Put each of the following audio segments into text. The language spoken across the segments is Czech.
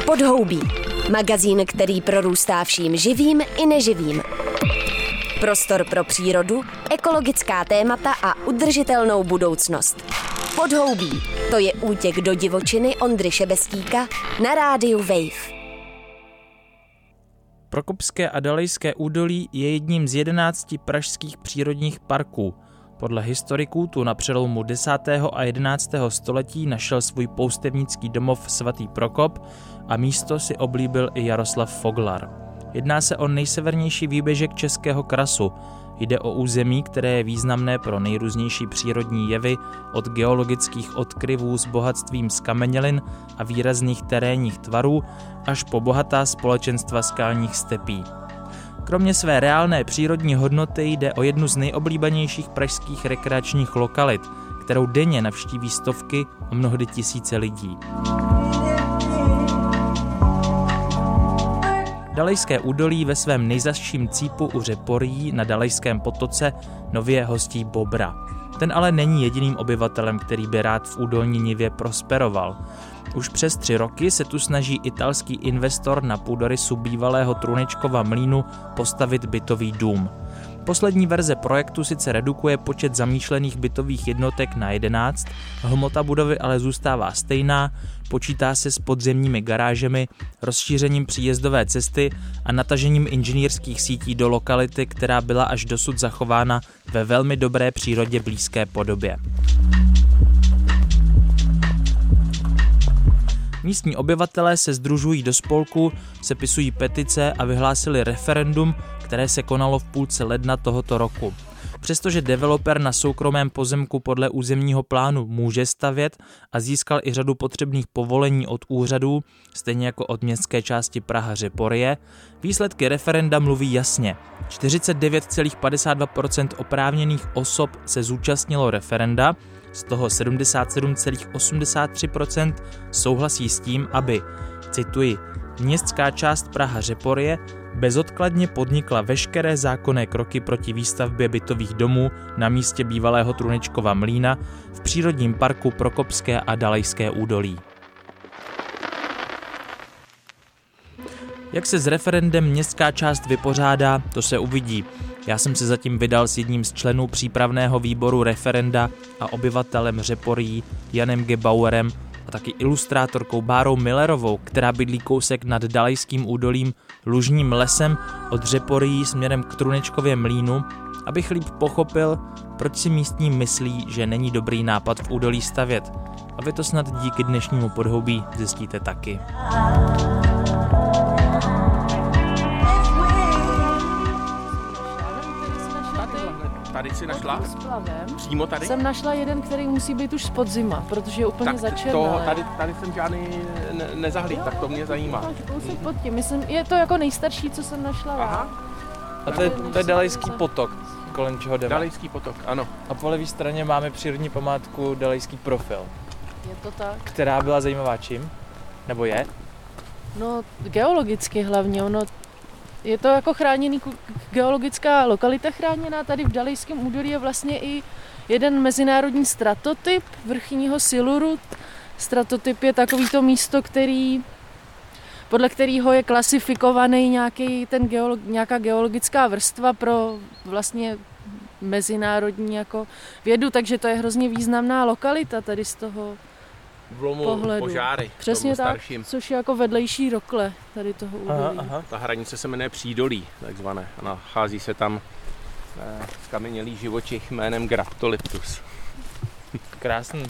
Podhoubí. Magazín, který prorůstá vším živým i neživým. Prostor pro přírodu, ekologická témata a udržitelnou budoucnost. Podhoubí. To je útěk do divočiny Ondry Šebestíka na rádiu Wave. Prokopské a Dalejské údolí je jedním z 11 pražských přírodních parků. Podle historiků tu na přelomu 10. a 11. století našel svůj poustevnický domov svatý Prokop a místo si oblíbil i Jaroslav Foglar. Jedná se o nejsevernější výběžek Českého krasu. Jde o území, které je významné pro nejrůznější přírodní jevy, od geologických odkryvů s bohatstvím zkamenělin a výrazných terénních tvarů až po bohatá společenstva skalních stepí. Kromě své reálné přírodní hodnoty jde o jednu z nejoblíbenějších pražských rekreačních lokalit, kterou denně navštíví stovky a mnohdy tisíce lidí. Dalejské údolí ve svém nejzazším cípu u Řeporyjí na Dalejském potoce nově hostí bobra. Ten ale není jediným obyvatelem, který by rád v údolní nivě prosperoval. Už přes 3 roky se tu snaží italský investor na půdorysu bývalého Trůnečkova mlýnu postavit bytový dům. Poslední verze projektu sice redukuje počet zamýšlených bytových jednotek na 11, hmota budovy ale zůstává stejná, počítá se s podzemními garážemi, rozšířením příjezdové cesty a natažením inženýrských sítí do lokality, která byla až dosud zachována ve velmi dobré přírodě blízké podobě. Místní obyvatelé se sdružují do spolku, sepisují petice a vyhlásili referendum, které se konalo v půlce ledna tohoto roku. Přestože developer na soukromém pozemku podle územního plánu může stavět a získal i řadu potřebných povolení od úřadů, stejně jako od městské části Praha Řeporyje, výsledky referenda mluví jasně. 49,52% oprávněných osob se zúčastnilo referenda, z toho 77,83% souhlasí s tím, aby, cituji, městská část Praha Řeporyje bezodkladně podnikla veškeré zákonné kroky proti výstavbě bytových domů na místě bývalého Trůnečkova mlýna v přírodním parku Prokopské a Dalejské údolí. Jak se s referendem městská část vypořádá, to se uvidí. Já jsem se zatím vydal s jedním z členů přípravného výboru referenda a obyvatelem Řeporyjí Janem G. Bauerem a taky ilustrátorkou Bárou Millerovou, která bydlí kousek nad Dalejským údolím lužním lesem od Řeporyjí směrem k Trůnečkově mlýnu, abych líp pochopil, proč si místní myslí, že není dobrý nápad v údolí stavět. A vy to snad díky dnešnímu podhoubí zjistíte taky. Tady si našla? Přímo tady? Jsem našla jeden, který musí být už z podzima, protože je úplně začernalý. Tady jsem žádný nezahlíd, tak to mě zajímá. Kousek pod tím, myslím, je to jako nejstarší, co jsem našla. Aha. A to je Dalejský potok, kolem čeho jdeme. Dalejský potok, ano. A po levé straně máme přírodní památku Dalejský profil. Je to tak? Která byla zajímavá čím? Nebo je? No, geologicky hlavně, je to jako chráněný geologická lokalita chráněná. Tady v Dalejském údolí je vlastně i jeden mezinárodní stratotyp vrchního siluru. Stratotyp je takovýto místo, podle kterého je klasifikovaný nějaká geologická vrstva pro vlastně mezinárodní jako vědu, takže to je hrozně významná lokalita tady z toho v lomu pohledu. Požáry. Přesně tak, což je jako vedlejší rokle tady toho údolí. Aha. Ta hranice se jmenuje Přídolí, takzvané. A nachází se tam zkamenělý živočich jménem Graptoliptus. Krásný.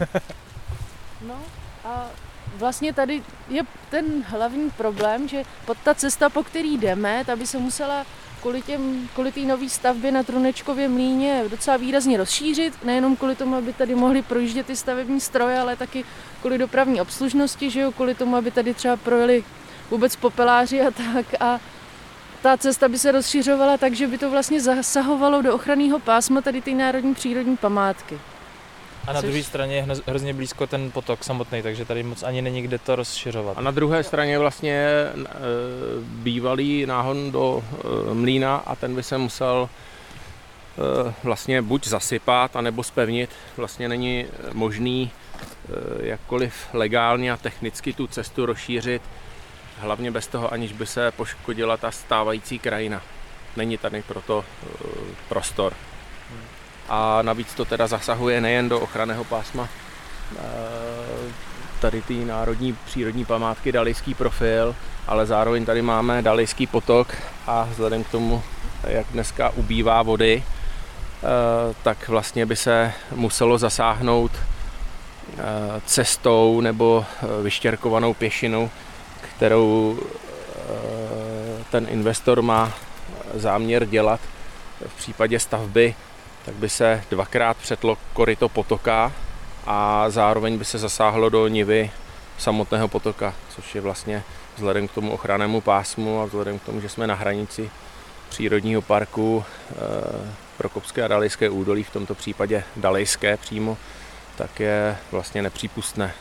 No a vlastně tady je ten hlavní problém, že ta cesta, po který jdeme, ta by se musela kvůli té nové stavbě na Trůnečkově mlýně docela výrazně rozšířit, nejenom kvůli tomu, aby tady mohli projíždět ty stavební stroje, ale taky kvůli dopravní obslužnosti, že jo, kvůli tomu, aby tady třeba projeli vůbec popeláři a tak. A ta cesta by se rozšiřovala tak, že by to vlastně zasahovalo do ochranného pásma tady ty národní přírodní památky. A na druhé straně je hrozně blízko ten potok samotný, takže tady moc ani není kde to rozšiřovat. A na druhé straně vlastně bývalý náhon do mlýna a ten by se musel vlastně buď zasypat, anebo zpevnit. Vlastně není možný jakkoliv legálně a technicky tu cestu rozšířit hlavně bez toho, aniž by se poškodila ta stávající krajina. Není tady proto prostor. A navíc to teda zasahuje nejen do ochranného pásma tady ty národní přírodní památky Dalijský profil, ale zároveň tady máme Dalijský potok a vzhledem k tomu, jak dneska ubývá vody, tak vlastně by se muselo zasáhnout cestou nebo vyštěrkovanou pěšinou, kterou ten investor má záměr dělat v případě stavby, tak by se dvakrát přetlo koryto potoka a zároveň by se zasáhlo do nivy samotného potoka, což je vlastně vzhledem k tomu ochrannému pásmu a vzhledem k tomu, že jsme na hranici přírodního parku Prokopské a Dalijské údolí, v tomto případě Dalijské přímo, tak je vlastně nepřípustné.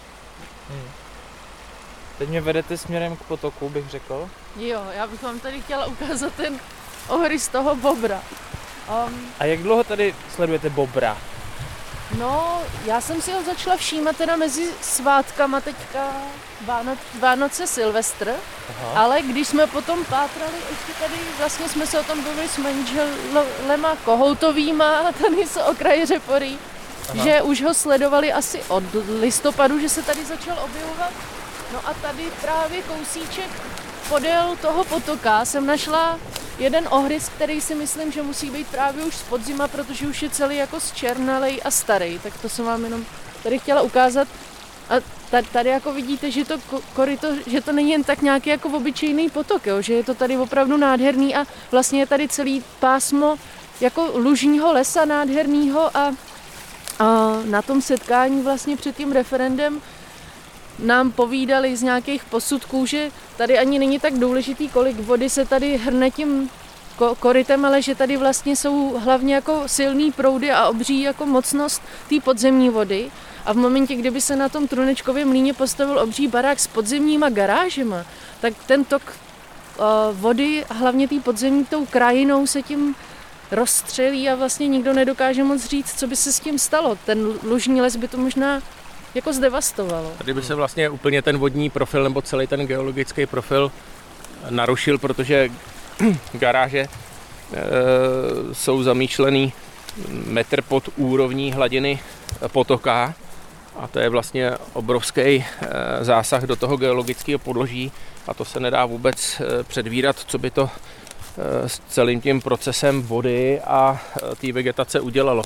Teď mě vedete směrem k potoku, bych řekl. Jo, já bych vám tady chtěla ukázat ten ohrys toho bobra. A jak dlouho tady sledujete bobra? No, já jsem si ho začala všímat teda mezi svátkama teďka Vánoce, Silvestr, ale když jsme potom pátrali, ještě tady vlastně jsme se o tom bavili s manželema Kohoutovýma, tady z okraje Řepory, že už ho sledovali asi od listopadu, že se tady začal objevovat. No a tady právě kousíček podél toho potoka jsem našla jeden ohrys, který si myslím, že musí být právě už z podzima, protože už je celý jako zčernalej a starý. Tak to jsem vám jenom tady chtěla ukázat. A tady jako vidíte, že to koryto, že to není jen tak nějaký jako obyčejný potok, jo? Že je to tady opravdu nádherný a vlastně je tady celý pásmo jako lužního lesa nádhernýho a na tom setkání vlastně před tím referendem nám povídali z nějakých posudků, že tady ani není tak důležitý, kolik vody se tady hrne tím korytem, ale že tady vlastně jsou hlavně jako silný proudy a obří jako mocnost té podzemní vody. A v momentě, kdyby se na tom Trunečkově mlýně postavil obří barák s podzemníma garážema, tak ten tok vody, hlavně té podzemní, tou krajinou se tím rozstřelí a vlastně nikdo nedokáže moc říct, co by se s tím stalo. Ten lužní les by to možná jako zdevastovalo. Tady by se vlastně úplně ten vodní profil nebo celý ten geologický profil narušil, protože garáže jsou zamýšlený metr pod úrovní hladiny potoka a to je vlastně obrovský zásah do toho geologického podloží a to se nedá vůbec předvídat, co by to s celým tím procesem vody a té vegetace udělalo.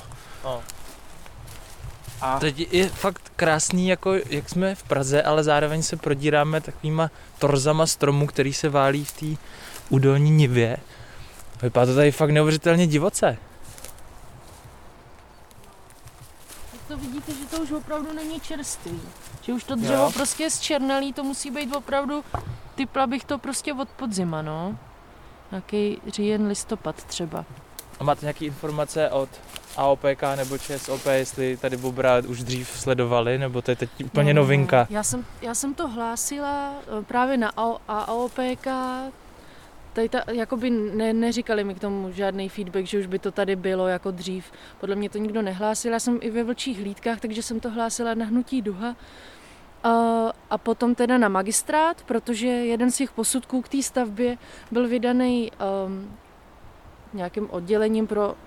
A teď je fakt krásný, jako jak jsme v Praze, ale zároveň se prodíráme takovýma torzama stromů, který se válí v té údolní nivě. Vypadá to tady fakt neuvěřitelně divoce. To vidíte, že to už opravdu není čerstvý. Že už to dřevo prostě je zčernalý, to musí být opravdu, typla bych to prostě od podzima, no. Nějaký říjen, listopad třeba. A máte nějaké informace od AOPK nebo ČSOP, jestli tady bobra už dřív sledovali, nebo to je teď úplně novinka? Já jsem to hlásila právě na AOPK, tady jakoby neříkali mi k tomu žádný feedback, že už by to tady bylo jako dřív. Podle mě to nikdo nehlásil, já jsem i ve Vlčích hlídkách, takže jsem to hlásila na Hnutí Duha. A potom teda na magistrát, protože jeden z těch posudků k té stavbě byl vydaný nějakým oddělením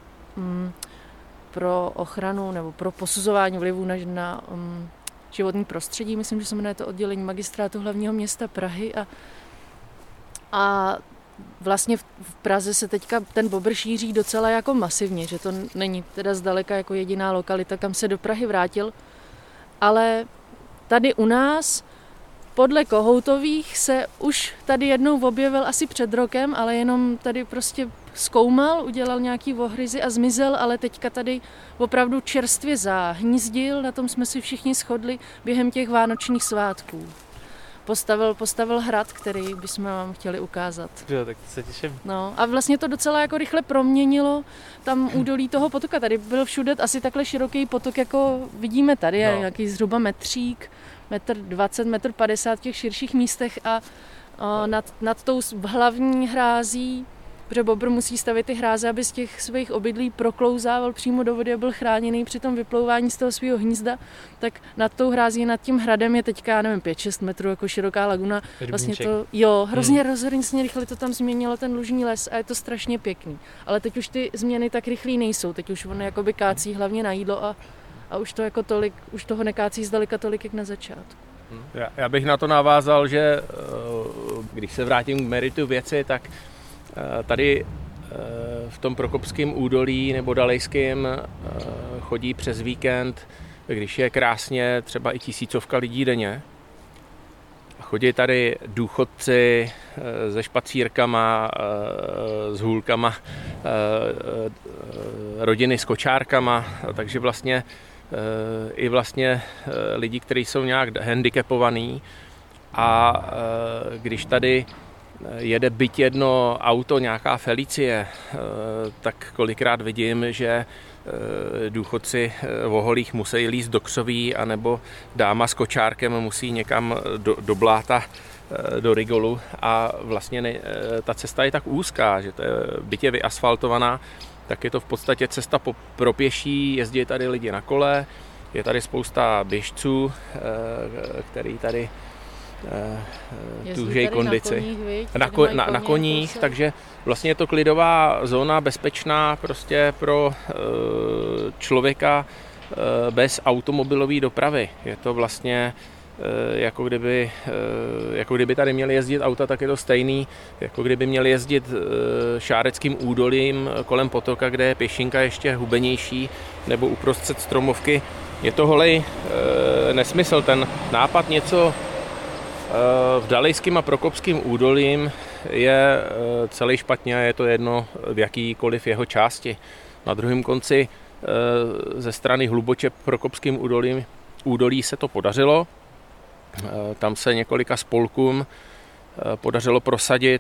pro ochranu nebo pro posuzování vlivů na životní prostředí. Myslím, že se jmenuje to oddělení magistrátu hlavního města Prahy a vlastně v Praze se teďka ten bobr šíří docela jako masivně, že to není teda zdaleka jako jediná lokalita, kam se do Prahy vrátil, ale tady u nás podle Kohoutových se už tady jednou objevil asi před rokem, ale jenom tady prostě zkoumal, udělal nějaký ohryzy a zmizel, ale teďka tady opravdu čerstvě zahnízdil, na tom jsme si všichni shodli během těch vánočních svátků. Postavil hrad, který bychom vám chtěli ukázat. Jo, tak se těším. No a vlastně to docela jako rychle proměnilo tam údolí toho potoka. Tady byl všude asi takhle široký potok, jako vidíme tady, je nějaký zhruba metřík, 1,20 m, 1,50 m v těch širších místech a nad tou hlavní hrází protože bobr musí stavět ty hráze, aby z těch svých obydlí proklouzával přímo do vody a byl chráněný při tom vyplouvání z toho svého hnízda, tak nad tou hrází, nad tím hradem je teďka, nevím, 5-6 metrů jako široká laguna. Vlastně to, hrozně rychle to tam změnilo ten lužní les a je to strašně pěkný. Ale teď už ty změny tak rychlý nejsou, teď už on jakoby kácí hlavně na jídlo a už to jako tolik, už toho nekácí zdaleka tolik, jak na začátku. Já bych na to navázal, že když se vrátím k meritu věci, tak tady v tom Prokopském údolí nebo Dalejském chodí přes víkend, když je krásně, třeba i 1000 lidí denně. Chodí tady důchodci se špacírkama, s hůlkama, rodiny s kočárkama, takže vlastně i vlastně lidi, kteří jsou nějak handicapovaní, a když tady jede byť jedno auto, nějaká Felicie, tak kolikrát vidím, že důchodci v Oholích musí lízt do křoví, anebo dáma s kočárkem musí někam do bláta, do rigolu, a vlastně ta cesta je tak úzká, že to je bytě vyasfaltovaná, tak je to v podstatě cesta pro pěší, jezdí tady lidi na kole, je tady spousta běžců, který tady tužejí kondici. Na koních, takže vlastně je to klidová zóna, bezpečná prostě pro člověka bez automobilové dopravy. Je to vlastně jako kdyby tady měli jezdit auta, tak je to stejný, jako kdyby měli jezdit Šáreckým údolím kolem potoka, kde je pěšinka ještě hubenější, nebo uprostřed stromovky. Je to holej nesmysl, ten nápad něco v Dalejském a Prokopském údolím je celý špatně a je to jedno v jakýkoliv jeho části. Na druhém konci ze strany Hluboče Prokopským údolí se to podařilo. Tam se několika spolkům podařilo prosadit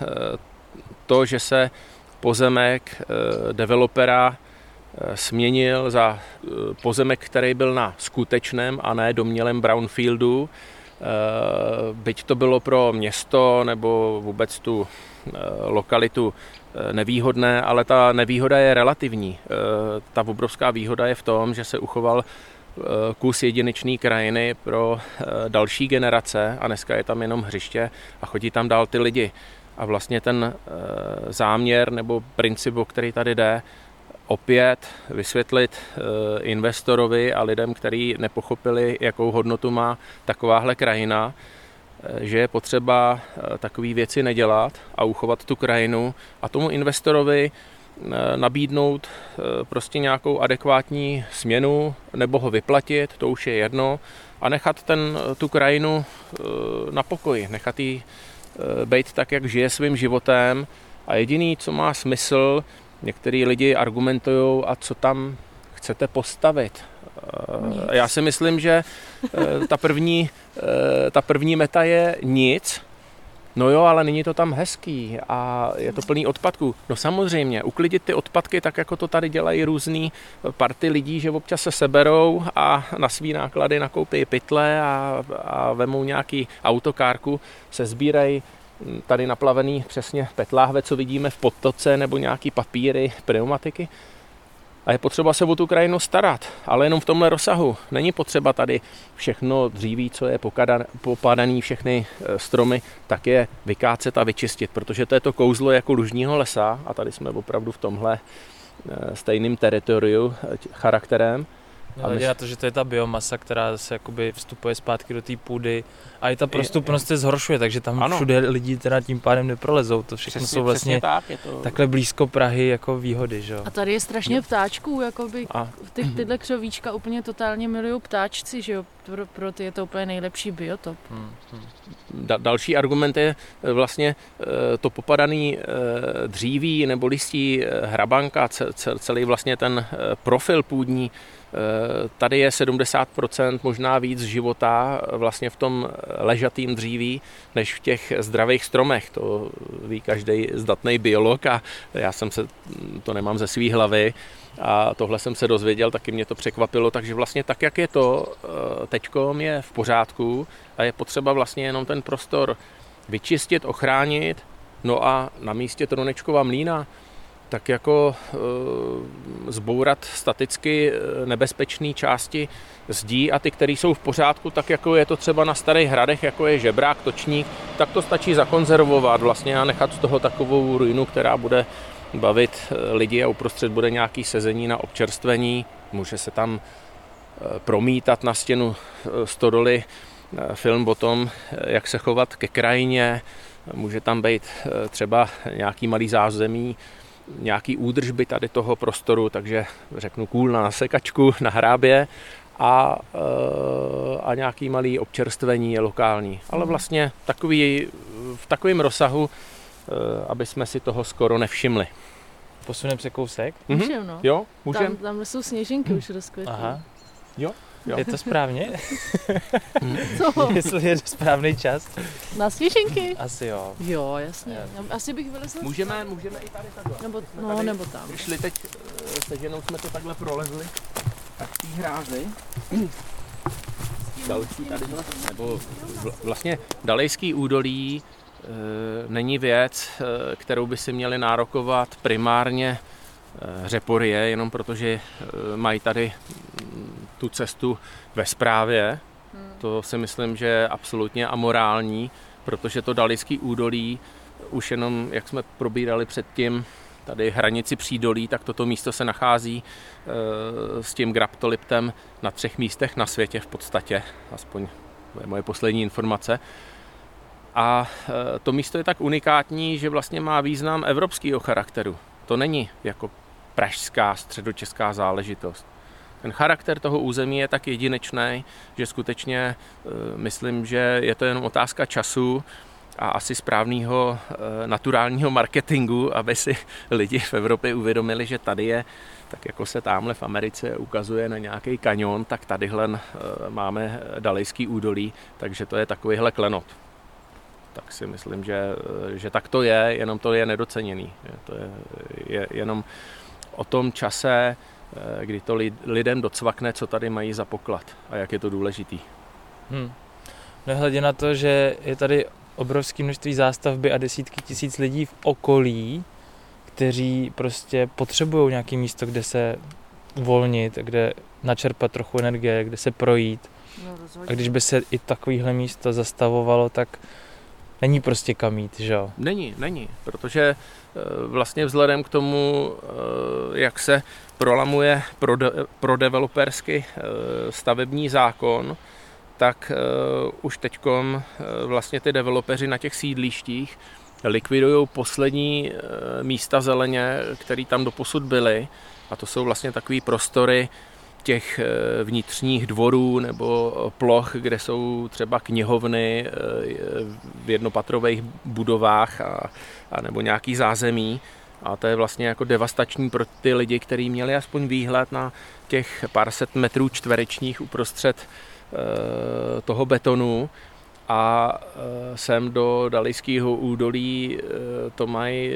to, že se pozemek developera směnil za pozemek, který byl na skutečném a ne domnělém brownfieldu. Byť to bylo pro město nebo vůbec tu lokalitu nevýhodné, ale ta nevýhoda je relativní. Ta obrovská výhoda je v tom, že se uchoval kus jedinečné krajiny pro další generace a dneska je tam jenom hřiště a chodí tam dál ty lidi. A vlastně ten záměr nebo princip, o který tady jde, opět vysvětlit investorovi a lidem, kteří nepochopili, jakou hodnotu má takováhle krajina, že je potřeba takové věci nedělat a uchovat tu krajinu a tomu investorovi nabídnout prostě nějakou adekvátní směnu nebo ho vyplatit, to už je jedno, a nechat tu krajinu na pokoji, nechat ji být tak, jak žije svým životem, a jediný, co má smysl, některý lidi argumentují, a co tam chcete postavit. Já si myslím, že ta první meta je nic. No jo, ale není to tam hezký a je to plný odpadků. No samozřejmě, uklidit ty odpadky, tak jako to tady dělají různý party lidí, že občas se seberou a na svý náklady nakoupí pytle a vemou nějaký autokárku, se sbírají tady naplavený přesně petláhve, co vidíme v podtoce, nebo nějaký papíry, pneumatiky. A je potřeba se o tu krajinu starat, ale jenom v tomhle rozsahu. Není potřeba tady všechno dříví, co je popadaný, všechny stromy, tak je vykácet a vyčistit, protože to je to kouzlo jako lužního lesa a tady jsme opravdu v tomhle stejným teritoriu, charakterem. Hledě na to, že to je ta biomasa, která se jakoby vstupuje zpátky do té půdy a i ta prostupnost se zhoršuje, takže tam všude lidi teda tím pádem neprolezou. To všechno jsou vlastně takhle blízko Prahy jako výhody. Že? A tady je strašně ptáčků, jakoby tyhle křovíčka úplně totálně milují ptáčci, že jo? Pro ty je to úplně nejlepší biotop. Další argument je vlastně to popadaný dříví nebo listí hrabanka, celý vlastně ten profil půdní. Tady je 70%, možná víc života vlastně v tom ležatým dříví, než v těch zdravých stromech. To ví každý zdatný biolog a já to nemám ze svý hlavy a tohle jsem se dozvěděl, taky mě to překvapilo, takže vlastně tak, jak je to teďkom, je v pořádku a je potřeba vlastně jenom ten prostor vyčistit, ochránit No a na místě Trunečkova mlýna tak jako zbourat staticky nebezpečné části zdí a ty, které jsou v pořádku, tak jako je to třeba na starých hradech, jako je žebrák, točník, tak to stačí zakonzervovat vlastně a nechat z toho takovou ruinu, která bude bavit lidi a uprostřed bude nějaký sezení na občerstvení. Může se tam promítat na stěnu stodoly film o tom, jak se chovat ke krajině, může tam být třeba nějaký malý zázemí, nějaký údržby tady toho prostoru, takže řeknu kůl na sekačku, na hrábě a nějaký malý občerstvení je lokální. Ale vlastně v takovém rozsahu, aby jsme si toho skoro nevšimli. Posuneme se kousek? Můžeme, no. Jo, můžeme. Tam jsou sněžinky už rozkvětlé. Aha. Jo. Je to správně? Co? Jestli je to správný čas? Na sněžinky? Asi jo. Jo, jasně. Asi bych vylezla. Můžeme i tady takhle. Nebo tam. Šli teď, se ženou jsme to takhle prolezli. Tak v té hrázi. Další tady, nebo vlastně Dalejský údolí není věc, kterou by si měli nárokovat primárně Řeporyje, jenom protože mají tady tu cestu ve správě. To si myslím, že je absolutně amorální, protože to Dalejský údolí, už jenom, jak jsme probírali předtím, tady hranici Přídolí, tak toto místo se nachází s tím graptoliptem na 3 místech na světě v podstatě, aspoň je moje poslední informace. A to místo je tak unikátní, že vlastně má význam evropského charakteru. To není jako pražská, středočeská záležitost. Ten charakter toho území je tak jedinečný, že skutečně myslím, že je to jenom otázka času a asi správného naturálního marketingu, aby si lidi v Evropě uvědomili, že tady je, tak jako se tamhle v Americe ukazuje na nějaký kanion, tak tadyhle máme Dalejský údolí, takže to je takovýhle klenot. Tak si myslím, že tak to je, jenom to je nedoceněný. To je jenom o tom čase, kdy to lidem docvakne, co tady mají za poklad a jak je to důležitý. Nehledě na to, že je tady obrovské množství zástavby a desítky tisíc lidí v okolí, kteří prostě potřebují nějaké místo, kde se uvolnit, kde načerpat trochu energie, kde se projít. A když by se i takovýhle místo zastavovalo, tak není prostě kam jít, že jo? Není, protože vlastně vzhledem k tomu, jak se prolamuje pro developersky stavební zákon, tak už teďkom vlastně ty developeři na těch sídlištích likvidují poslední místa zeleně, které tam doposud byly, a to jsou vlastně takové prostory těch vnitřních dvorů nebo ploch, kde jsou třeba knihovny v jednopatrových budovách a nebo nějaký zázemí. A to je vlastně jako devastační pro ty lidi, kteří měli aspoň výhled na těch pár set metrů čtverečních uprostřed toho betonu. A sem do Dalejského údolí to mají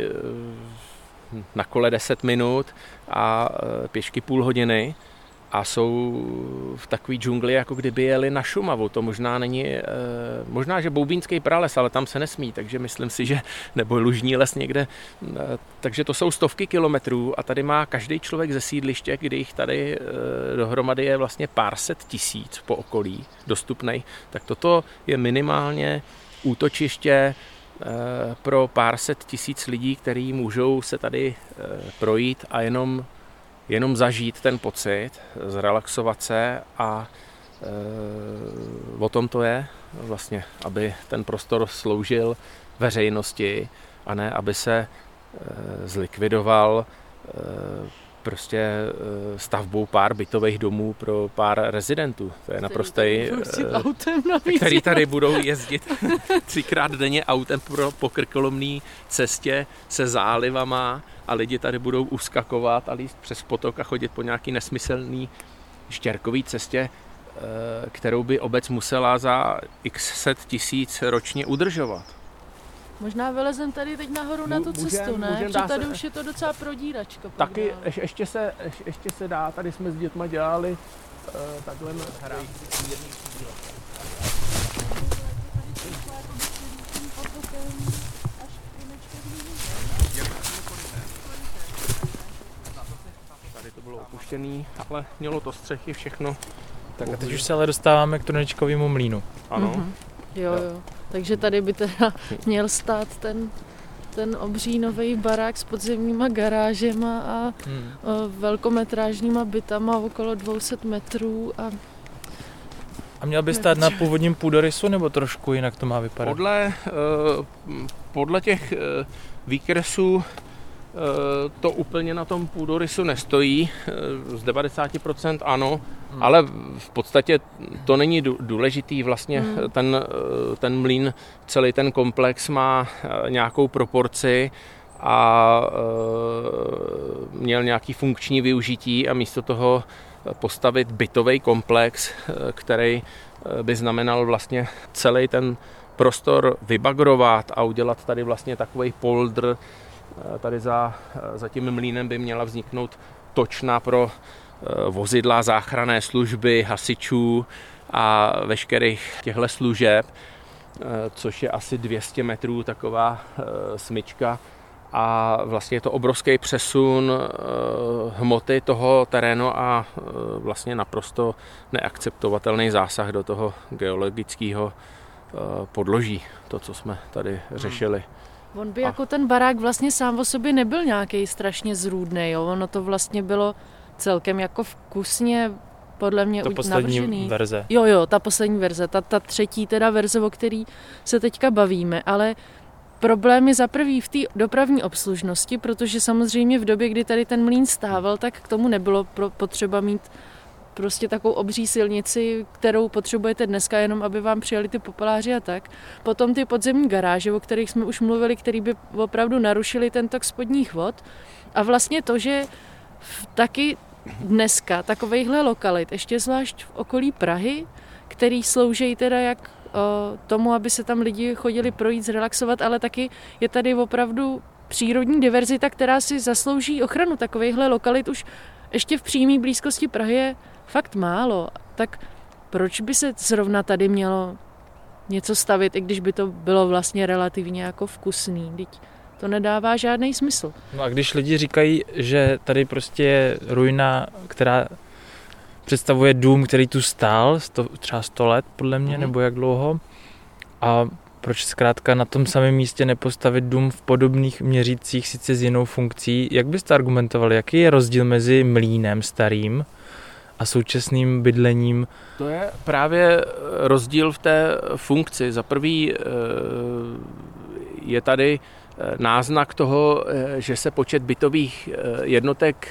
na kole 10 minut a pěšky půl hodiny. A jsou v takový džungli, jako kdyby jeli na Šumavu. To možná není, možná, že Boubínský prales, ale tam se nesmí, takže myslím si, že, nebo Lužní les někde, takže to jsou stovky kilometrů a tady má každý člověk ze sídliště, kdy jich tady dohromady je vlastně pár set tisíc po okolí dostupnej, tak toto je minimálně útočiště pro pár set tisíc lidí, kteří můžou se tady projít a jenom zažít ten pocit, zrelaxovat se a o tom to je vlastně, aby ten prostor sloužil veřejnosti a ne, aby se zlikvidoval prostě stavbou pár bytových domů pro pár rezidentů. To je naprostej, který tady budou jezdit 3krát denně autem po krkolomné cestě se zálivama a lidi tady budou uskakovat a líst přes potok a chodit po nějaký nesmyslný štěrkový cestě, kterou by obec musela za x set tisíc ročně udržovat. Možná vylezem tady teď nahoru na tu cestu, ne? Protože tady už je to docela prodíračka. Taky ještě se dá, tady jsme s dětma dělali takhle na hrách. bylo opuštěný, ale mělo to střechy, všechno. Tak a teď už se ale dostáváme k Trunečkovému mlýnu. Ano. Jo. Takže tady by teda měl stát ten obří nový barák s podzemníma garážema a velkometrážníma bytama okolo 200 metrů. A měl by stát na původním půdorysu, nebo trošku jinak to má vypadat? Podle těch výkresů to úplně na tom půdorysu nestojí, z 90% ano, ale v podstatě to není důležitý, vlastně ten mlýn, celý ten komplex má nějakou proporci a měl nějaký funkční využití a místo toho postavit bytový komplex, který by znamenal vlastně celý ten prostor vybagrovat a udělat tady vlastně takovej poldr. Tady za tím mlýnem by měla vzniknout točna pro vozidla záchranné služby, hasičů a veškerých těchto služeb, což je asi 200 metrů taková smyčka. A vlastně je to obrovský přesun hmoty toho terénu a vlastně naprosto neakceptovatelný zásah do toho geologického podloží, to, co jsme tady řešili. On by jako ten barák vlastně sám o sobě nebyl nějaký strašně zrůdnej, jo? Ono to vlastně bylo celkem jako vkusně podle mě navržený. Poslední verze. Jo, ta poslední verze, ta třetí teda verze, o který se teďka bavíme, ale problém je za prvý v té dopravní obslužnosti, protože samozřejmě v době, kdy tady ten mlýn stával, tak k tomu nebylo potřeba mít prostě takovou obří silnici, kterou potřebujete dneska jenom, aby vám přijeli ty popeláři a tak. Potom ty podzemní garáže, o kterých jsme už mluvili, který by opravdu narušili ten tok spodních vod. A vlastně to, že taky dneska takovejhle lokalit, ještě zvlášť v okolí Prahy, který slouží teda jak tomu, aby se tam lidi chodili projít, zrelaxovat, ale taky je tady opravdu přírodní diverzita, která si zaslouží ochranu. Takovejhle lokalit už ještě v přímé blízkosti Prahy je fakt málo. Tak proč by se zrovna tady mělo něco stavit, i když by to bylo vlastně relativně jako vkusný? Vždyť to nedává žádný smysl. No a když lidi říkají, že tady prostě je ruina, která představuje dům, který tu stál, třeba 100 let podle mě, nebo jak dlouho, a proč zkrátka na tom samém místě nepostavit dům v podobných měřících, sice s jinou funkcí? Jak byste argumentovali, jaký je rozdíl mezi mlýnem starým a současným bydlením? To je právě rozdíl v té funkci. Za prvý je tady náznak toho, že se počet bytových jednotek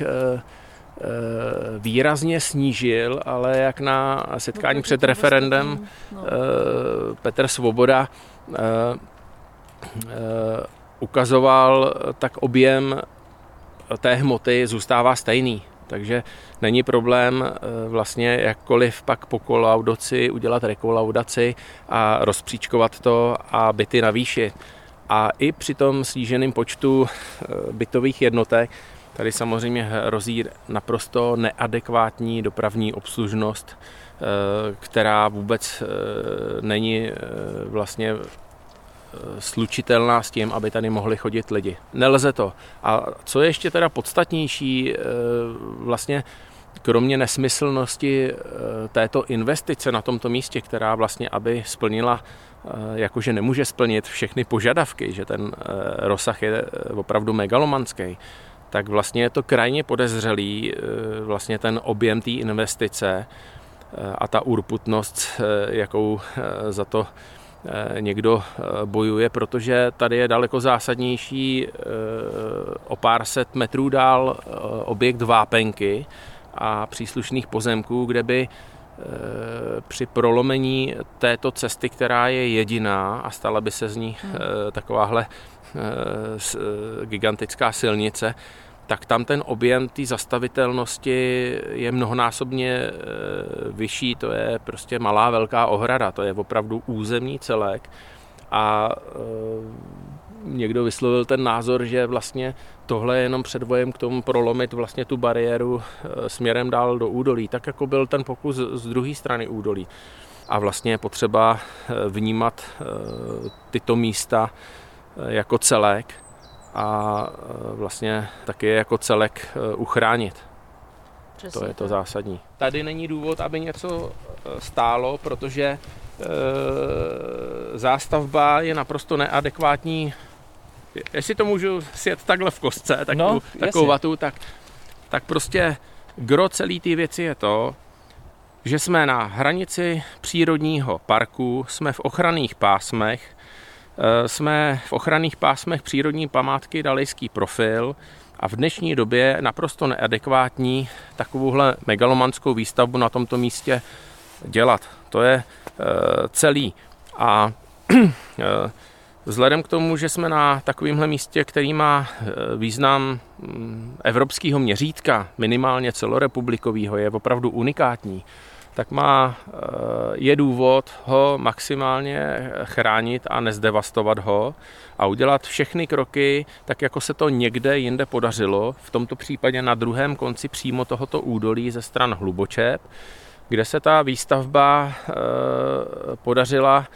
výrazně snížil, ale jak na setkání před referendem Petr Svoboda ukazoval, tak objem té hmoty zůstává stejný. Takže není problém vlastně jakkoliv pak po kolaudaci udělat rekolaudaci a rozpříčkovat to a byty navýšit. A i při tom sníženém počtu bytových jednotek tady samozřejmě hrozí naprosto neadekvátní dopravní obslužnost, která vůbec není vlastně slučitelná s tím, aby tady mohli chodit lidi. Nelze to. A co je ještě teda podstatnější, vlastně kromě nesmyslnosti této investice na tomto místě, která vlastně, aby splnila, jakože nemůže splnit všechny požadavky, že ten rozsah je opravdu megalomanský, tak vlastně je to krajně podezřelý vlastně ten objem té investice a ta urputnost, jakou za to někdo bojuje, protože tady je daleko zásadnější o pár set metrů dál objekt Vápenky a příslušných pozemků, kde by při prolomení této cesty, která je jediná a stala by se z ní takováhle gigantická silnice, tak tam ten objem té zastavitelnosti je mnohonásobně vyšší, to je prostě malá velká ohrada, to je opravdu územní celek a někdo vyslovil ten názor, že vlastně tohle je jenom předvojem k tomu prolomit vlastně tu bariéru směrem dál do údolí, tak jako byl ten pokus z druhé strany údolí. A vlastně je potřeba vnímat tyto místa jako celek a vlastně taky jako celek uchránit. Přesně To je to tak. zásadní. Tady není důvod, aby něco stálo, protože zástavba je naprosto neadekvátní. Jestli to můžu sjet takhle v kostce, takovou vatu, tak prostě gro celé té věci je to, že jsme na hranici přírodního parku, jsme v ochranných pásmech přírodní památky Dalejský profil a v dnešní době naprosto neadekvátní takovouhle megalomanskou výstavbu na tomto místě dělat. To je celý. A vzhledem k tomu, že jsme na takovémhle místě, který má význam evropského měřítka, minimálně celorepublikového, je opravdu unikátní, tak je důvod ho maximálně chránit a nezdevastovat ho a udělat všechny kroky, tak jako se to někde jinde podařilo, v tomto případě na druhém konci přímo tohoto údolí ze stran Hlubočep, kde se ta výstavba podařila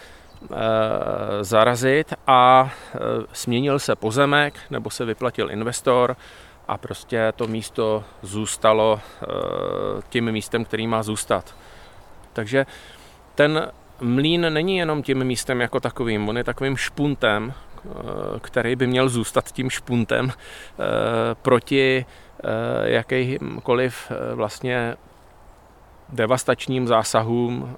zarazit a směnil se pozemek nebo se vyplatil investor a prostě to místo zůstalo tím místem, který má zůstat. Takže ten mlýn není jenom tím místem jako takovým, on je takovým špuntem, který by měl zůstat tím špuntem proti jakýmkoliv vlastně devastačním zásahům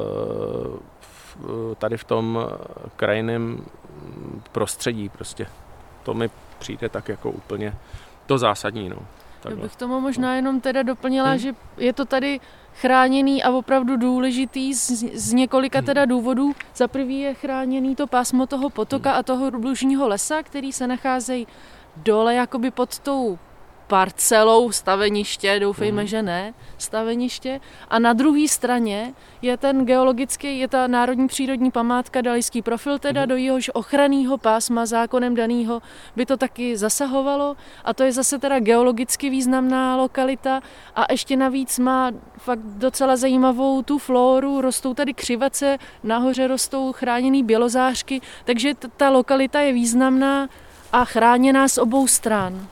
tady v tom krajinném prostředí. Prostě to mi přijde tak jako úplně to zásadní. No. Já bych tomu možná jenom teda doplnila, že je to tady chráněný a opravdu důležitý z několika teda důvodů. Za prvý je chráněný to pásmo toho potoka a toho lužního lesa, který se nacházejí dole jakoby pod tou parcelou staveniště, doufejme, že ne, staveniště. A na druhé straně je je ta národní přírodní památka Dalejský profil, teda do jehož ochranného pásma zákonem daného by to taky zasahovalo. A to je zase teda geologicky významná lokalita a ještě navíc má fakt docela zajímavou tu flóru, rostou tady křivace, nahoře rostou chráněný bělozářky, takže ta lokalita je významná a chráněná z obou stran.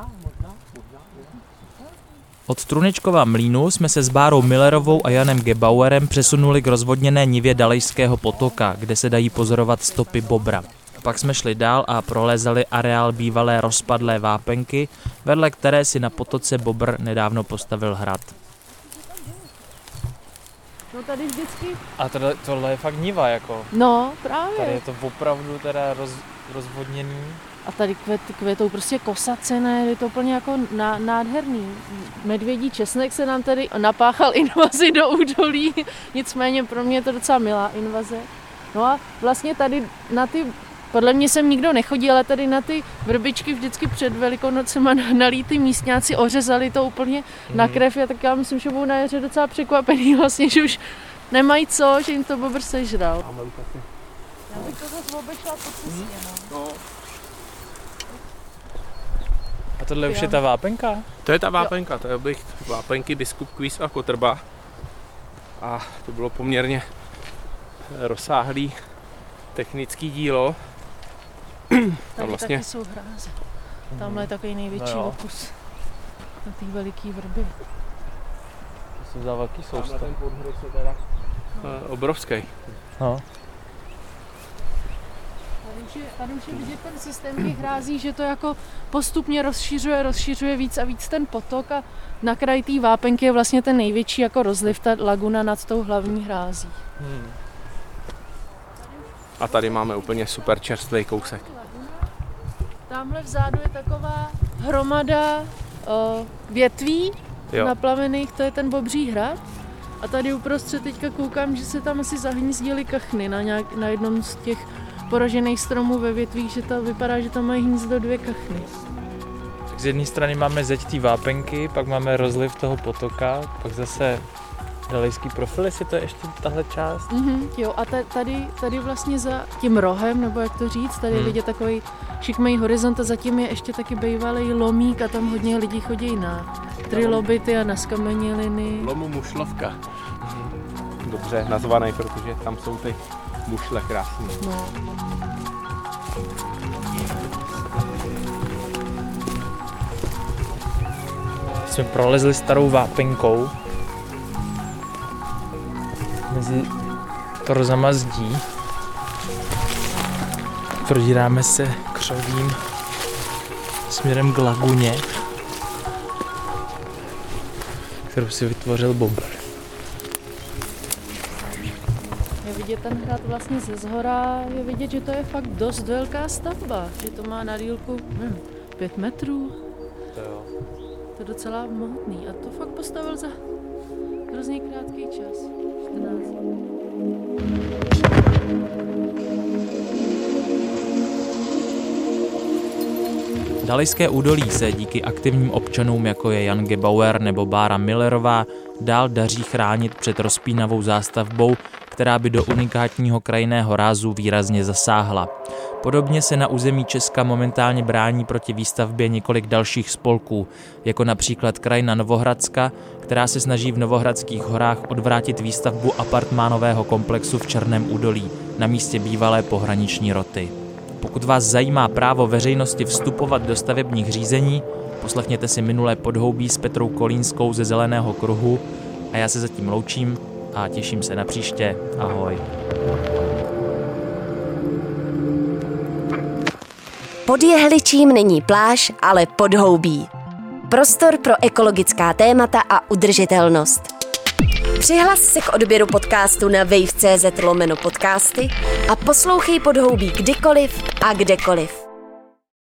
Od Trunečkova mlýnu jsme se s Bárou Millerovou a Janem Gebauerem přesunuli k rozvodněné nivě Dalejského potoka, kde se dají pozorovat stopy bobra. Pak jsme šli dál a prolézali areál bývalé rozpadlé vápenky, vedle které si na potoce Bobr nedávno postavil hrad. No tady vždycky... A tohle je fakt niva, jako. No, právě. Tady je to opravdu teda rozvodněný. A tady květou prostě kosaciny, je to úplně jako nádherný. Medvědí česnek se nám tady napáchal invazi do údolí, nicméně pro mě je to docela milá invaze. No a vlastně tady na ty, podle mě sem nikdo nechodí, ale tady na ty vrbičky vždycky před Velikonocema nalí ty místňáci, ořezali to úplně na krev, a tak já myslím, že budou na jaře docela překvapený vlastně, že už nemají co, že jim to bobr sežral. Já bych to zase obešla po cestě, no. A tohle už je ta vápenka? To je ta vápenka, to je vápenky Biskup, Kvíz a Kotrba. A to bylo poměrně rozsáhlý technický dílo. Tady vlastně... taky jsou hráze. Tamhle je takový největší opus na té veliký vrby. To jsou za velký soustav. Tamhle ten podhrad je teda obrovský. No. Tady už je vidět ten systém těch hrází, že to jako postupně rozšiřuje víc a víc ten potok a na kraji té vápenky je vlastně ten největší jako rozliv, ta laguna nad tou hlavní hrází. A tady máme úplně super čerstvý kousek. Tamhle vzadu je taková hromada větví naplavených, to je ten Bobří hrad. A tady uprostřed teďka koukám, že se tam asi zahnízdily kachny na jednom z těch poražených stromů ve větvích, že to vypadá, že tam mají hnízdo 2 kachny. Tak z jedné strany máme zeď té vápenky, pak máme rozliv toho potoka, pak zase Dalejský profil, jestli to je ještě tahle část. Jo, a tady vlastně za tím rohem, nebo jak to říct, tady je vidět takový šikmej horizont a zatím je ještě taky bývalý lomík a tam hodně lidí chodí na trilobity a na skameněliny. Lomu Mušlovka. Dobře nazvaný, protože tam jsou ty mušle krásný. No. Jsme prolezli starou vápenkou mezi torzama zdí. Prodíráme se křovím směrem k laguně, kterou si vytvořil Bobr. Je vidět ten hrad vlastně ze zhora, je vidět, že to je fakt dost velká stavba, že to má na dílku 5 metrů. To je docela mohutný a to fakt postavil za hrozně krátký čas. 14. Dalajské údolí se díky aktivním občanům, jako je Jan Gebauer nebo Bára Millerová, dál daří chránit před rozpínavou zástavbou, která by do unikátního krajinného rázu výrazně zasáhla. Podobně se na území Česka momentálně brání proti výstavbě několik dalších spolků, jako například Krajina Novohradska, která se snaží v Novohradských horách odvrátit výstavbu apartmánového komplexu v Černém údolí na místě bývalé pohraniční roty. Pokud vás zajímá právo veřejnosti vstupovat do stavebních řízení, poslechněte si minulé podhoubí s Petrou Kolínskou ze Zeleného kruhu a já se zatím loučím a těším se na příště. Ahoj. Pod Jehličím není pláž, ale podhoubí. Prostor pro ekologická témata a udržitelnost. Přihlas se k odběru podcastu na wave.cz/podcasty a poslouchej Podhoubí kdykoliv a kdekoliv.